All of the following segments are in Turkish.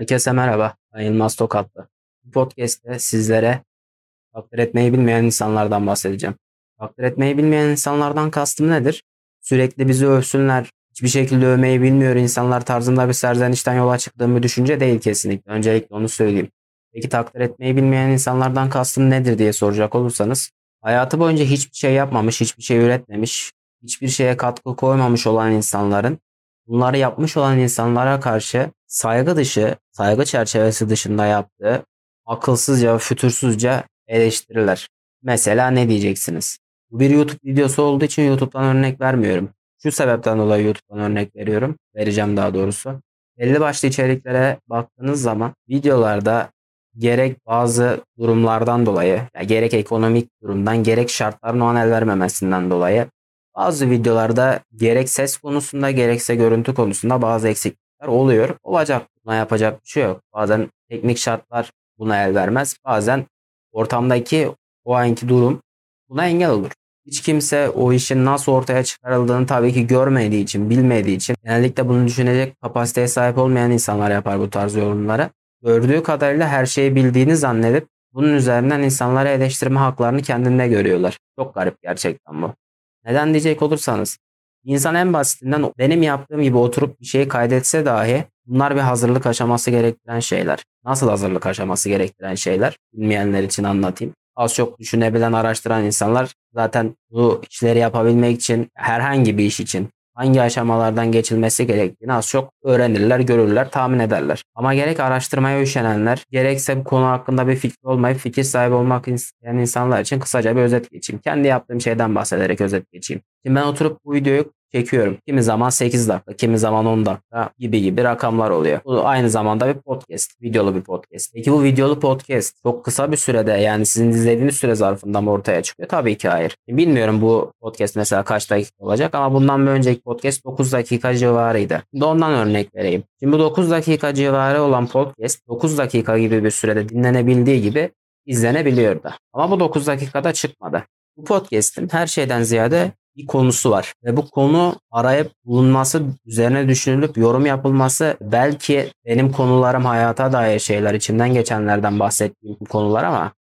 Herkese merhaba. Ben Yılmaz Tokatlı. Bu podcast'te sizlere takdir etmeyi bilmeyen insanlardan bahsedeceğim. Takdir etmeyi bilmeyen insanlardan kastım nedir? Sürekli bizi övsünler, hiçbir şekilde övmeyi bilmiyor insanlar tarzında bir serzenişten yola çıktığım bir düşünce değil kesinlikle. Öncelikle onu söyleyeyim. Peki takdir etmeyi bilmeyen insanlardan kastım nedir diye soracak olursanız, hayatı boyunca hiçbir şey yapmamış, hiçbir şey üretmemiş, hiçbir şeye katkı koymamış olan insanların bunları yapmış olan insanlara karşı saygı dışı, saygı çerçevesi dışında yaptığı akılsızca ve fütursuzca eleştiriler. Mesela ne diyeceksiniz? Bu bir YouTube videosu olduğu için YouTube'dan örnek vermiyorum. Şu sebepten dolayı YouTube'dan örnek veriyorum. Vereceğim daha doğrusu. Belli başlı içeriklere baktığınız zaman videolarda gerek bazı durumlardan dolayı, ya gerek ekonomik durumdan, gerek şartların o an el vermemesinden dolayı bazı videolarda gerek ses konusunda gerekse görüntü konusunda bazı eksiklikler oluyor. Olacak. Buna yapacak bir şey yok. Bazen teknik şartlar buna el vermez. Bazen ortamdaki o anki durum buna engel olur. Hiç kimse o işin nasıl ortaya çıkarıldığını tabii ki görmediği için, bilmediği için genellikle bunu düşünecek kapasiteye sahip olmayan insanlar yapar bu tarz yorumları. Gördüğü kadarıyla her şeyi bildiğini zannedip bunun üzerinden insanlara eleştirme haklarını kendinde görüyorlar. Çok garip gerçekten bu. Neden diyecek olursanız, insan en basitinden benim yaptığım gibi oturup bir şeyi kaydetse dahi bunlar bir hazırlık aşaması gerektiren şeyler. Nasıl hazırlık aşaması gerektiren şeyler? Bilmeyenler için anlatayım. Az çok düşünebilen, araştıran insanlar zaten bu işleri yapabilmek için, herhangi bir iş için hangi aşamalardan geçilmesi gerektiğini az çok öğrenirler, görürler, tahmin ederler. Ama gerek araştırmaya üşenenler, gerekse bu konu hakkında bir fikri olmayıp fikir sahibi olmak isteyen insanlar için kısaca bir özet geçeyim. Kendi yaptığım şeyden bahsederek özet geçeyim. Şimdi ben oturup bu videoyu çekiyorum. Kimi zaman 8 dakika, kimi zaman 10 dakika gibi rakamlar oluyor. Bu aynı zamanda bir podcast, videolu bir podcast. Peki bu videolu podcast çok kısa bir sürede, yani sizin izlediğiniz süre zarfında mı ortaya çıkıyor? Tabii ki hayır. Bilmiyorum bu podcast mesela kaç dakika olacak ama bundan bir önceki podcast 9 dakika civarıydı. Şimdi ondan örnek vereyim. Şimdi bu 9 dakika civarı olan podcast 9 dakika gibi bir sürede dinlenebildiği gibi izlenebiliyor da. Ama bu 9 dakikada çıkmadı. Bu podcast'in her şeyden ziyade bir konusu var. Ve bu konu arayıp bulunması, üzerine düşünülüp yorum yapılması, belki benim konularım hayata dair şeyler, içimden geçenlerden bahsettiğim konular ama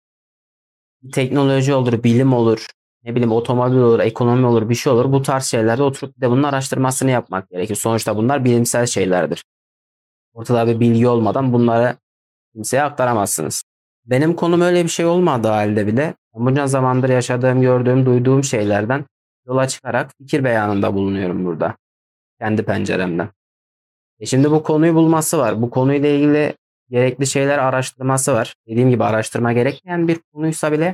teknoloji olur, bilim olur, ne bileyim otomobil olur, ekonomi olur, bir şey olur. Bu tarz şeylerde oturup bir de bunun araştırmasını yapmak gerekir. Sonuçta bunlar bilimsel şeylerdir. Ortada bir bilgi olmadan bunları kimseye aktaramazsınız. Benim konum öyle bir şey olmadığı halde bile bunca zamandır yaşadığım, gördüğüm, duyduğum şeylerden yola çıkarak fikir beyanında bulunuyorum burada. Kendi penceremden. Şimdi bu konuyu bulması var. Bu konuyla ilgili gerekli şeyler araştırması var. Dediğim gibi araştırma gerekmeyen bir konuysa bile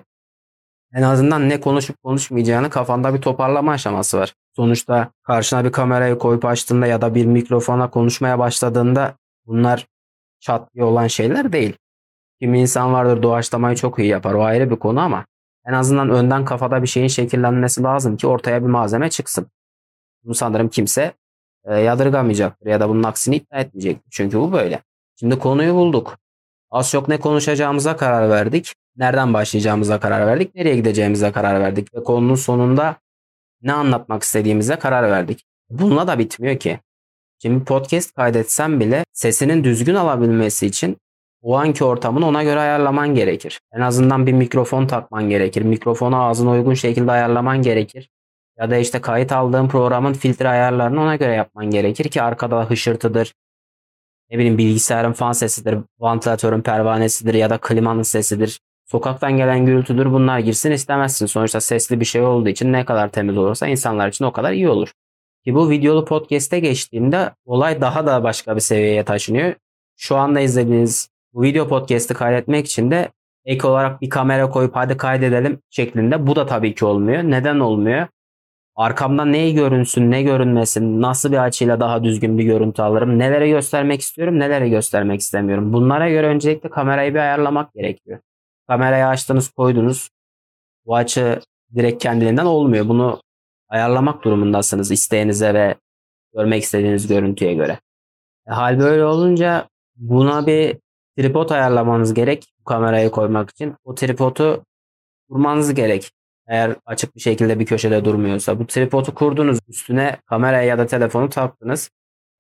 en azından ne konuşup konuşmayacağını kafanda bir toparlama aşaması var. Sonuçta karşına bir kamerayı koyup açtığında ya da bir mikrofona konuşmaya başladığında bunlar çat diye olan şeyler değil. Kimi insan vardır doğaçlamayı çok iyi yapar. O ayrı bir konu ama en azından önden kafada bir şeyin şekillenmesi lazım ki ortaya bir malzeme çıksın. Bunu sanırım kimse yadırgamayacaktır ya da bunun aksini iddia etmeyecektir. Çünkü bu böyle. Şimdi konuyu bulduk. Az çok ne konuşacağımıza karar verdik. Nereden başlayacağımıza karar verdik. Nereye gideceğimize karar verdik. Ve konunun sonunda ne anlatmak istediğimize karar verdik. Bununla da bitmiyor ki. Şimdi podcast kaydetsem bile sesinin düzgün alabilmesi için o anki ortamını ona göre ayarlaman gerekir. En azından bir mikrofon takman gerekir. Mikrofonu ağzına uygun şekilde ayarlaman gerekir. Ya da işte kayıt aldığın programın filtre ayarlarını ona göre yapman gerekir ki arkada hışırtıdır, ne bileyim bilgisayarın fan sesidir, vantilatörün pervanesidir ya da klimanın sesidir. Sokaktan gelen gürültüdür, bunlar girsin istemezsin. Sonuçta sesli bir şey olduğu için ne kadar temiz olursa insanlar için o kadar iyi olur. Ki bu videolu podcast'e geçtiğimde olay daha da başka bir seviyeye taşınıyor. Şu anda izlediğiniz bu video podcast'i kaydetmek için de ek olarak bir kamera koyup hadi kaydedelim şeklinde, bu da tabii ki olmuyor. Neden olmuyor? Arkamdan ne görünsün, ne görünmesin, nasıl bir açıyla daha düzgün bir görüntü alırım, nelere göstermek istiyorum, nelere göstermek istemiyorum. Bunlara göre öncelikle kamerayı bir ayarlamak gerekiyor. Kamerayı açtınız, koydunuz. Bu açı direkt kendiliğinden olmuyor. Bunu ayarlamak durumundasınız isteğinize ve görmek istediğiniz görüntüye göre. Hal böyle olunca buna bir tripod ayarlamanız gerek bu kamerayı koymak için. O tripodu kurmanız gerek. Eğer açık bir şekilde bir köşede durmuyorsa. Bu tripodu kurdunuz, üstüne kamerayı ya da telefonu taktınız.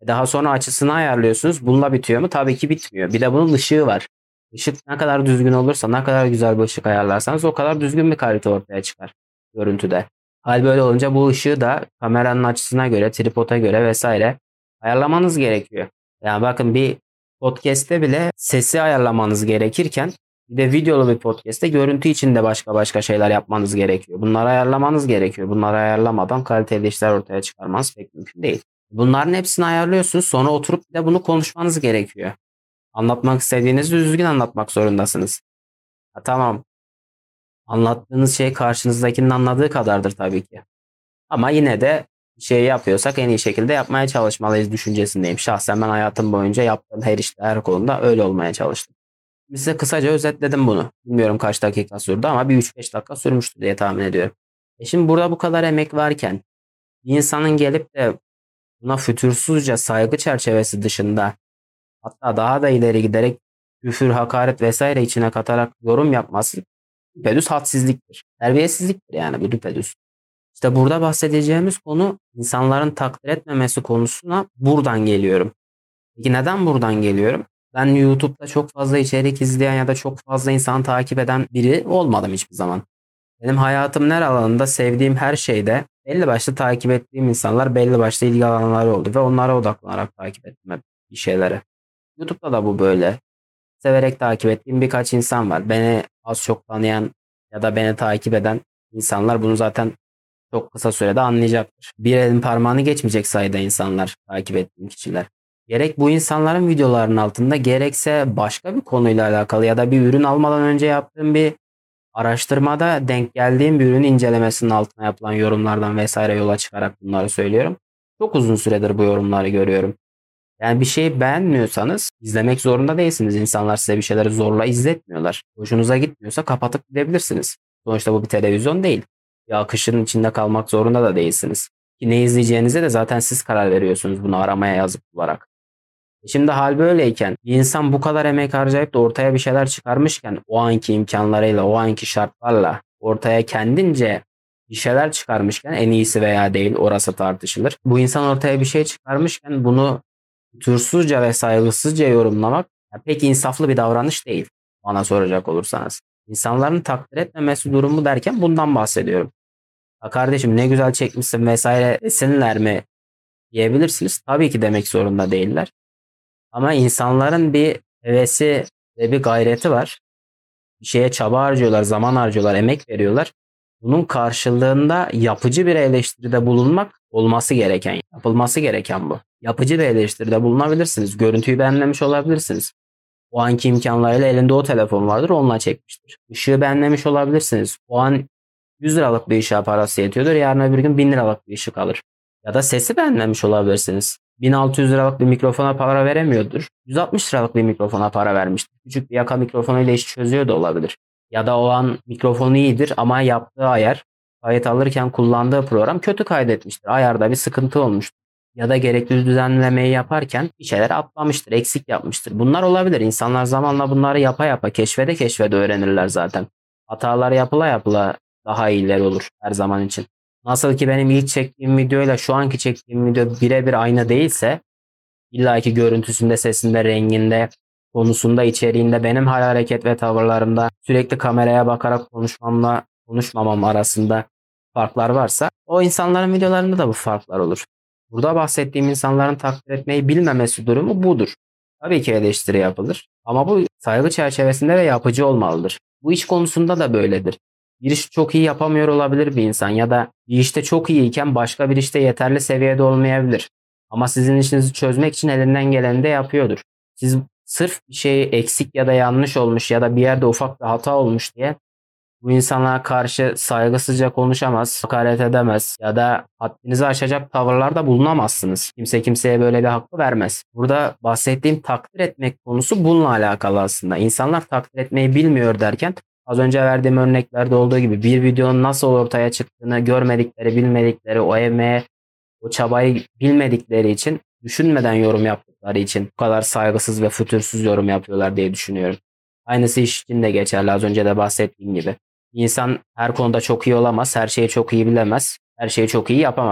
Daha sonra açısını ayarlıyorsunuz. Bununla bitiyor mu? Tabii ki bitmiyor. Bir de bunun ışığı var. Işık ne kadar düzgün olursa, ne kadar güzel bir ışık ayarlarsanız o kadar düzgün bir kalite ortaya çıkar görüntüde. Hal böyle olunca bu ışığı da kameranın açısına göre, tripoda göre vesaire ayarlamanız gerekiyor. Yani bakın, bir podcast'te bile sesi ayarlamanız gerekirken bir de videolu bir podcast'te görüntü için de başka şeyler yapmanız gerekiyor. Bunları ayarlamanız gerekiyor. Bunları ayarlamadan kaliteli işler ortaya çıkarmanız pek mümkün değil. Bunların hepsini ayarlıyorsunuz. Sonra oturup bir de bunu konuşmanız gerekiyor. Anlatmak istediğinizi düzgün anlatmak zorundasınız. Ha, tamam. Anlattığınız şey karşınızdakinin anladığı kadardır tabii ki. Ama yine de bir şey yapıyorsak en iyi şekilde yapmaya çalışmalıyız düşüncesindeyim. Şahsen ben hayatım boyunca yaptığım her işte, her konuda öyle olmaya çalıştım. Size kısaca özetledim bunu. Bilmiyorum kaç dakika sürdü ama bir 3-5 dakika sürmüştür diye tahmin ediyorum. Şimdi burada bu kadar emek varken bir insanın gelip de buna fütursuzca saygı çerçevesi dışında, hatta daha da ileri giderek küfür, hakaret vesaire içine katarak yorum yapması düpedüz hadsizliktir. Terbiyesizliktir yani, bu düpedüz. İşte burada bahsedeceğimiz konu insanların takdir etmemesi konusuna buradan geliyorum. Peki neden buradan geliyorum? Ben YouTube'da çok fazla içerik izleyen ya da çok fazla insan takip eden biri olmadım hiçbir zaman. Benim hayatımın her alanında, sevdiğim her şeyde belli başlı takip ettiğim insanlar, belli başlı ilgi alanları oldu ve onlara odaklanarak takip ettim hep bir şeyleri. YouTube'da da bu böyle. Severek takip ettiğim birkaç insan var. Beni az çok tanıyan ya da beni takip eden insanlar bunu zaten çok kısa sürede anlayacaktır. Bir elin parmağını geçmeyecek sayıda insanlar takip ettiğim kişiler. Gerek bu insanların videolarının altında, gerekse başka bir konuyla alakalı ya da bir ürün almadan önce yaptığım bir araştırmada denk geldiğim bir ürün incelemesinin altına yapılan yorumlardan vesaire yola çıkarak bunları söylüyorum. Çok uzun süredir bu yorumları görüyorum. Yani bir şeyi beğenmiyorsanız izlemek zorunda değilsiniz. İnsanlar size bir şeyleri zorla izletmiyorlar. Hoşunuza gitmiyorsa kapatıp gidebilirsiniz. Sonuçta bu bir televizyon değil. Bir akışın içinde kalmak zorunda da değilsiniz. Ki ne izleyeceğinize de zaten siz karar veriyorsunuz bunu aramaya yazıp bularak. Şimdi hal böyleyken bir insan bu kadar emek harcayıp da ortaya bir şeyler çıkarmışken, o anki imkanlarıyla, o anki şartlarla ortaya kendince bir şeyler çıkarmışken, en iyisi veya değil orası tartışılır. Bu insan ortaya bir şey çıkarmışken bunu fütursuzca ve saygısızca yorumlamak pek insaflı bir davranış değil bana soracak olursanız. İnsanların takdir etmemesi durumu derken bundan bahsediyorum. Ha kardeşim ne güzel çekmişsin vesaire desinler mi diyebilirsiniz. Tabii ki demek zorunda değiller. Ama insanların bir hevesi ve bir gayreti var. Bir şeye çaba harcıyorlar, zaman harcıyorlar, emek veriyorlar. Bunun karşılığında yapıcı bir eleştiride bulunmak olması gereken, yapılması gereken bu. Yapıcı bir eleştiride bulunabilirsiniz. Görüntüyü beğenmemiş olabilirsiniz. O anki imkanlarıyla elinde o telefon vardır, onunla çekmiştir. Işığı beğenmemiş olabilirsiniz. O an 100 liralık bir ışığa parası yetiyordur. Yarın öbür gün 1000 liralık bir ışık alır. Ya da sesi beğenmemiş olabilirsiniz. 1600 liralık bir mikrofona para veremiyordur. 160 liralık bir mikrofona para vermiştir. Küçük bir yaka mikrofonuyla iş çözüyor da olabilir. Ya da o an mikrofonu iyidir ama yaptığı ayar, kayıt alırken kullandığı program kötü kaydetmiştir. Ayarda bir sıkıntı olmuştur. Ya da gerekli düzenlemeyi yaparken bir şeyler atlamıştır, eksik yapmıştır. Bunlar olabilir. İnsanlar zamanla bunları yapa yapa, keşfede öğrenirler zaten. Hatalar yapıla yapıla daha iyiler olur her zaman için. Nasıl ki benim ilk çektiğim videoyla şu anki çektiğim video birebir aynı değilse, illaki görüntüsünde, sesinde, renginde, konusunda, içeriğinde, benim hal, hareket ve tavırlarımda, sürekli kameraya bakarak konuşmamla konuşmamam arasında farklar varsa, o insanların videolarında da bu farklar olur. Burada bahsettiğim insanların takdir etmeyi bilmemesi durumu budur. Tabii ki eleştiri yapılır ama bu saygı çerçevesinde ve yapıcı olmalıdır. Bu iş konusunda da böyledir. Bir işi çok iyi yapamıyor olabilir bir insan ya da bir işte çok iyiyken başka bir işte yeterli seviyede olmayabilir. Ama sizin işinizi çözmek için elinden geleni de yapıyordur. Siz sırf bir şey eksik ya da yanlış olmuş ya da bir yerde ufak bir hata olmuş diye bu insanlara karşı saygısızca konuşamaz, hakaret edemez ya da haddinizi aşacak tavırlarda bulunamazsınız. Kimse kimseye böyle bir hakkı vermez. Burada bahsettiğim takdir etmek konusu bununla alakalı aslında. İnsanlar takdir etmeyi bilmiyor derken, az önce verdiğim örneklerde olduğu gibi bir videonun nasıl ortaya çıktığını görmedikleri, bilmedikleri, o emeğe, o çabayı bilmedikleri için, düşünmeden yorum yaptıkları için bu kadar saygısız ve fütursuz yorum yapıyorlar diye düşünüyorum. Aynısı iş için de geçerli, az önce de bahsettiğim gibi. İnsan her konuda çok iyi olamaz, her şeyi çok iyi bilemez, her şeyi çok iyi yapamaz.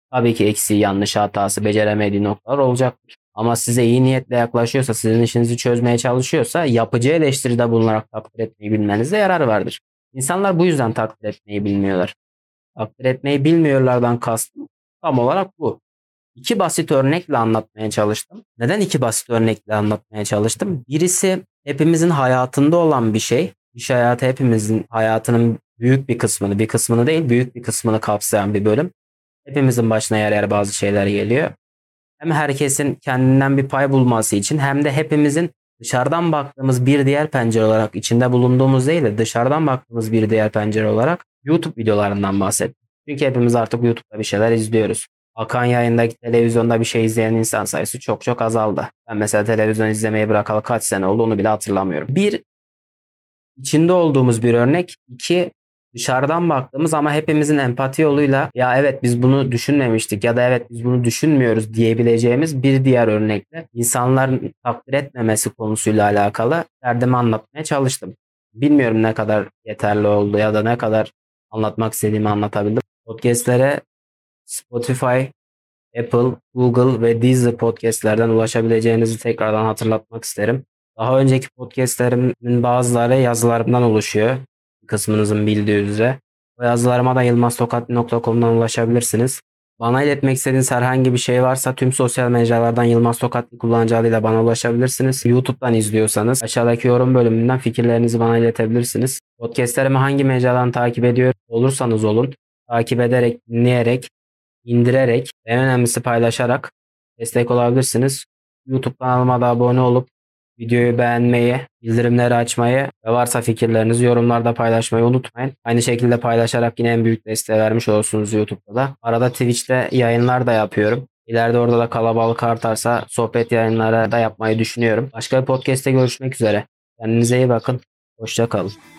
Tabii ki eksiği, yanlışı, hatası, beceremediği noktalar olacaktır. Ama size iyi niyetle yaklaşıyorsa, sizin işinizi çözmeye çalışıyorsa yapıcı eleştiride bulunarak takdir etmeyi bilmenizde yarar vardır. İnsanlar bu yüzden takdir etmeyi bilmiyorlar. Takdir etmeyi bilmiyorlardan kastım tam olarak bu. İki basit örnekle anlatmaya çalıştım. Neden iki basit örnekle anlatmaya çalıştım? Birisi hepimizin hayatında olan bir şey. İş hayatı hepimizin hayatının büyük bir kısmını, bir kısmını değil büyük bir kısmını kapsayan bir bölüm. Hepimizin başına yer yer bazı şeyler geliyor. Hem herkesin kendinden bir pay bulması için hem de hepimizin dışarıdan baktığımız bir diğer pencere olarak, içinde bulunduğumuz değil de dışarıdan baktığımız bir diğer pencere olarak YouTube videolarından bahsettim. Çünkü hepimiz artık YouTube'da bir şeyler izliyoruz. Akan yayındaki televizyonda bir şey izleyen insan sayısı çok çok azaldı. Ben mesela televizyon izlemeyi bırakalı kaç sene oldu onu bile hatırlamıyorum. Bir, içinde olduğumuz bir örnek. İki, dışarıdan baktığımız ama hepimizin empati yoluyla ya evet biz bunu düşünmemiştik ya da evet biz bunu düşünmüyoruz diyebileceğimiz bir diğer örnekle insanların takdir etmemesi konusuyla alakalı derdimi anlatmaya çalıştım. Bilmiyorum ne kadar yeterli oldu ya da ne kadar anlatmak istediğimi anlatabildim. Podcast'lere Spotify, Apple, Google ve Deezer podcastlerden ulaşabileceğinizi tekrardan hatırlatmak isterim. Daha önceki podcastlerimin bazıları yazılarımdan oluşuyor. Kısmınızın bildiği üzere. O yazılarıma da yılmaztokatli.com'dan ulaşabilirsiniz. Bana iletmek istediğiniz herhangi bir şey varsa tüm sosyal mecralardan Yılmaz Tokatli kullanıcı adıyla bana ulaşabilirsiniz. YouTube'dan izliyorsanız aşağıdaki yorum bölümünden fikirlerinizi bana iletebilirsiniz. Podcastlerimi hangi mecradan takip ediyor olursanız olun, takip ederek, dinleyerek, indirerek, en önemlisi paylaşarak destek olabilirsiniz. YouTube kanalıma da abone olup videoyu beğenmeyi, bildirimleri açmayı ve varsa fikirlerinizi yorumlarda paylaşmayı unutmayın. Aynı şekilde paylaşarak yine en büyük desteği vermiş olursunuz YouTube'da da. Arada Twitch'te yayınlar da yapıyorum. İleride orada da kalabalık artarsa sohbet yayınları da yapmayı düşünüyorum. Başka bir podcast'te görüşmek üzere. Kendinize iyi bakın. Hoşça kalın.